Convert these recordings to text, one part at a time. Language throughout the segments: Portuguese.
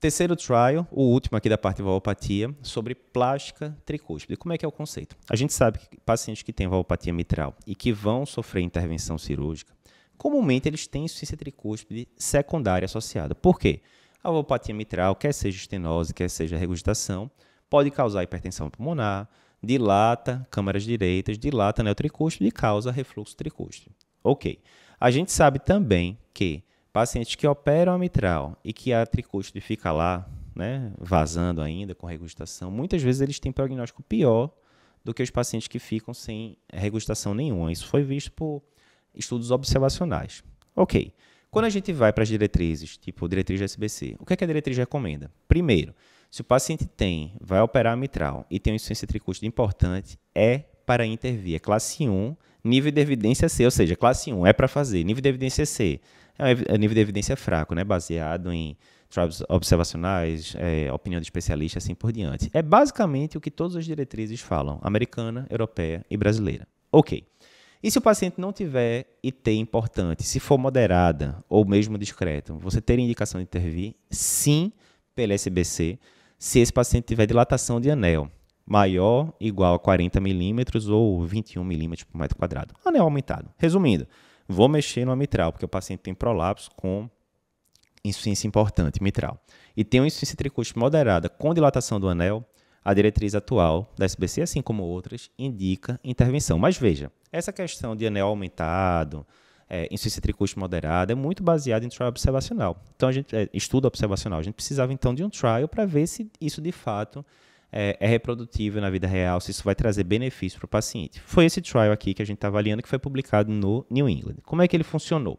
Terceiro trial, o último aqui da parte de valvopatia, sobre plástica tricúspide. Como é que é o conceito? A gente sabe que pacientes que têm valvopatia mitral e que vão sofrer intervenção cirúrgica, comumente eles têm insuficiência tricúspide secundária associada. Por quê? A valvopatia mitral, quer seja estenose, quer seja regurgitação, pode causar hipertensão pulmonar, dilata câmaras direitas, dilata neotricúspide e causa refluxo tricúspide. Ok. A gente sabe também que pacientes que operam a mitral e que a tricúspide fica lá, né, vazando ainda com regurgitação, muitas vezes eles têm prognóstico pior do que os pacientes que ficam sem regurgitação nenhuma. Isso foi visto por estudos observacionais. Ok. Quando a gente vai para as diretrizes, tipo diretriz da SBC, o que é que a diretriz recomenda? Primeiro, se o paciente vai operar a mitral e tem uma insuficiência tricúspide importante, é para intervir. É classe 1, nível de evidência C, ou seja, classe 1 é para fazer. Nível de evidência C é nível de evidência fraco, né? Baseado em trials observacionais, opinião de especialista, assim por diante. É basicamente o que todas as diretrizes falam, americana, europeia e brasileira. Ok. E se o paciente não tiver IT importante, se for moderada ou mesmo discreto, você teria indicação de intervir? Sim, pela SBC, se esse paciente tiver dilatação de anel maior ou igual a 40 milímetros ou 21 milímetros por metro quadrado. Anel aumentado. Resumindo, vou mexer no mitral, porque o paciente tem prolapso com insuficiência importante mitral. E tem uma insuficiência tricúspide moderada com dilatação do anel, a diretriz atual da SBC, assim como outras, indica intervenção. Mas veja, essa questão de anel aumentado, insuficiência tricúspide moderada, é muito baseada em trial observacional. Então, estudo observacional. A gente precisava, então, de um trial para ver se isso, de fato, é reprodutível na vida real, se isso vai trazer benefício para o paciente. Foi esse trial aqui que a gente está avaliando, que foi publicado no New England. Como é que ele funcionou?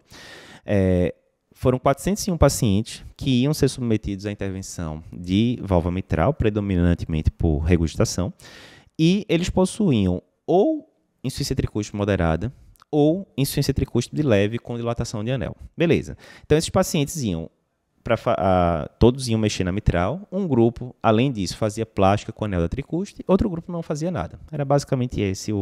Foram 401 pacientes que iam ser submetidos à intervenção de válvula mitral, predominantemente por regurgitação, e eles possuíam ou insuficiência tricúspide moderada ou insuficiência tricúspide leve com dilatação de anel. Beleza. Então, esses pacientes todos iam mexer na mitral. Um grupo, além disso, fazia plástica com anel da tricúspide, outro grupo não fazia nada. Era basicamente esse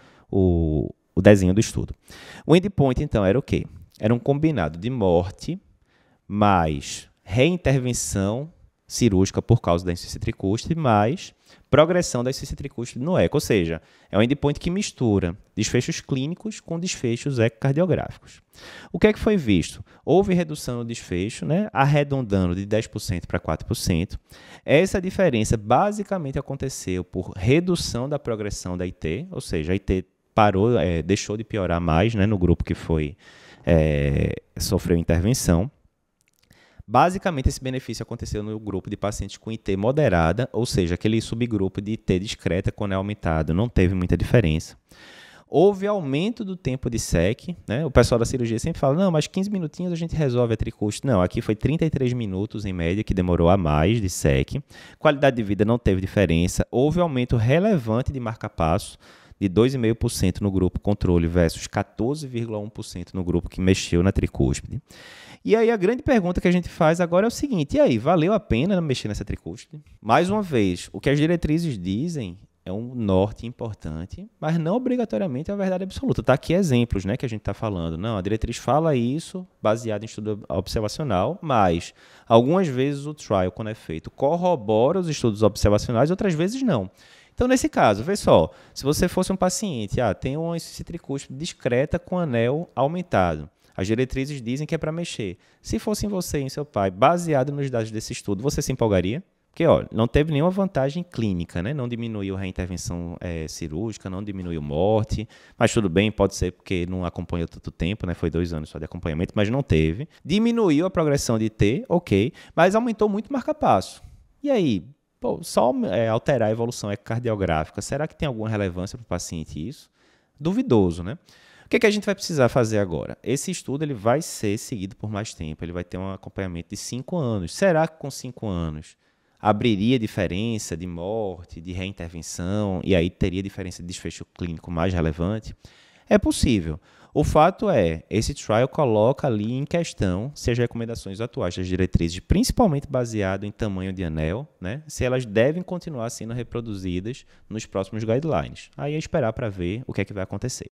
o desenho do estudo. O endpoint, então, era o quê? Era um combinado de morte mais reintervenção cirúrgica por causa da insuficiência tricúspide mais progressão da insuficiência tricúspide no eco. Ou seja, é um endpoint que mistura desfechos clínicos com desfechos ecocardiográficos. O que é que foi visto? Houve redução no desfecho, né, arredondando de 10% para 4%. Essa diferença basicamente aconteceu por redução da progressão da IT, ou seja, a IT parou, deixou de piorar mais, né, no grupo que sofreu intervenção. Basicamente, esse benefício aconteceu no grupo de pacientes com IT moderada, ou seja, aquele subgrupo de IT discreta com anel aumentado, não teve muita diferença. Houve aumento do tempo de SEC, né? O pessoal da cirurgia sempre fala, não, mas 15 minutinhos a gente resolve a tricúspide. Não, aqui foi 33 minutos em média, que demorou a mais de SEC. Qualidade de vida não teve diferença. Houve aumento relevante de marca-passo, de 2,5% no grupo controle versus 14,1% no grupo que mexeu na tricúspide. E aí a grande pergunta que a gente faz agora é o seguinte, e aí, valeu a pena mexer nessa tricúspide? Mais uma vez, o que as diretrizes dizem é um norte importante, mas não obrigatoriamente é a verdade absoluta. Está aqui exemplos, né, que a gente está falando. Não, a diretriz fala isso baseado em estudo observacional, mas algumas vezes o trial, quando é feito, corrobora os estudos observacionais, outras vezes não. Então, nesse caso, vê só, se você fosse um paciente, tem uma insuficiência tricúspide discreta com anel aumentado, as diretrizes dizem que é para mexer. Se fossem você e seu pai, baseado nos dados desse estudo, você se empolgaria? Porque, não teve nenhuma vantagem clínica, né? Não diminuiu a reintervenção cirúrgica, não diminuiu morte, mas tudo bem, pode ser porque não acompanhou tanto tempo, né? Foi 2 anos só de acompanhamento, mas não teve. Diminuiu a progressão de IT, ok, mas aumentou muito o marca-passo. E aí? Só alterar a evolução ecocardiográfica, será que tem alguma relevância para o paciente isso? Duvidoso, né? O que a gente vai precisar fazer agora? Esse estudo ele vai ser seguido por mais tempo, ele vai ter um acompanhamento de 5 anos. Será que com 5 anos abriria diferença de morte, de reintervenção, e aí teria diferença de desfecho clínico mais relevante? É possível. O fato é, esse trial coloca ali em questão se as recomendações atuais das diretrizes, principalmente baseado em tamanho de anel, né, se elas devem continuar sendo reproduzidas nos próximos guidelines. Aí é esperar para ver o que é que vai acontecer.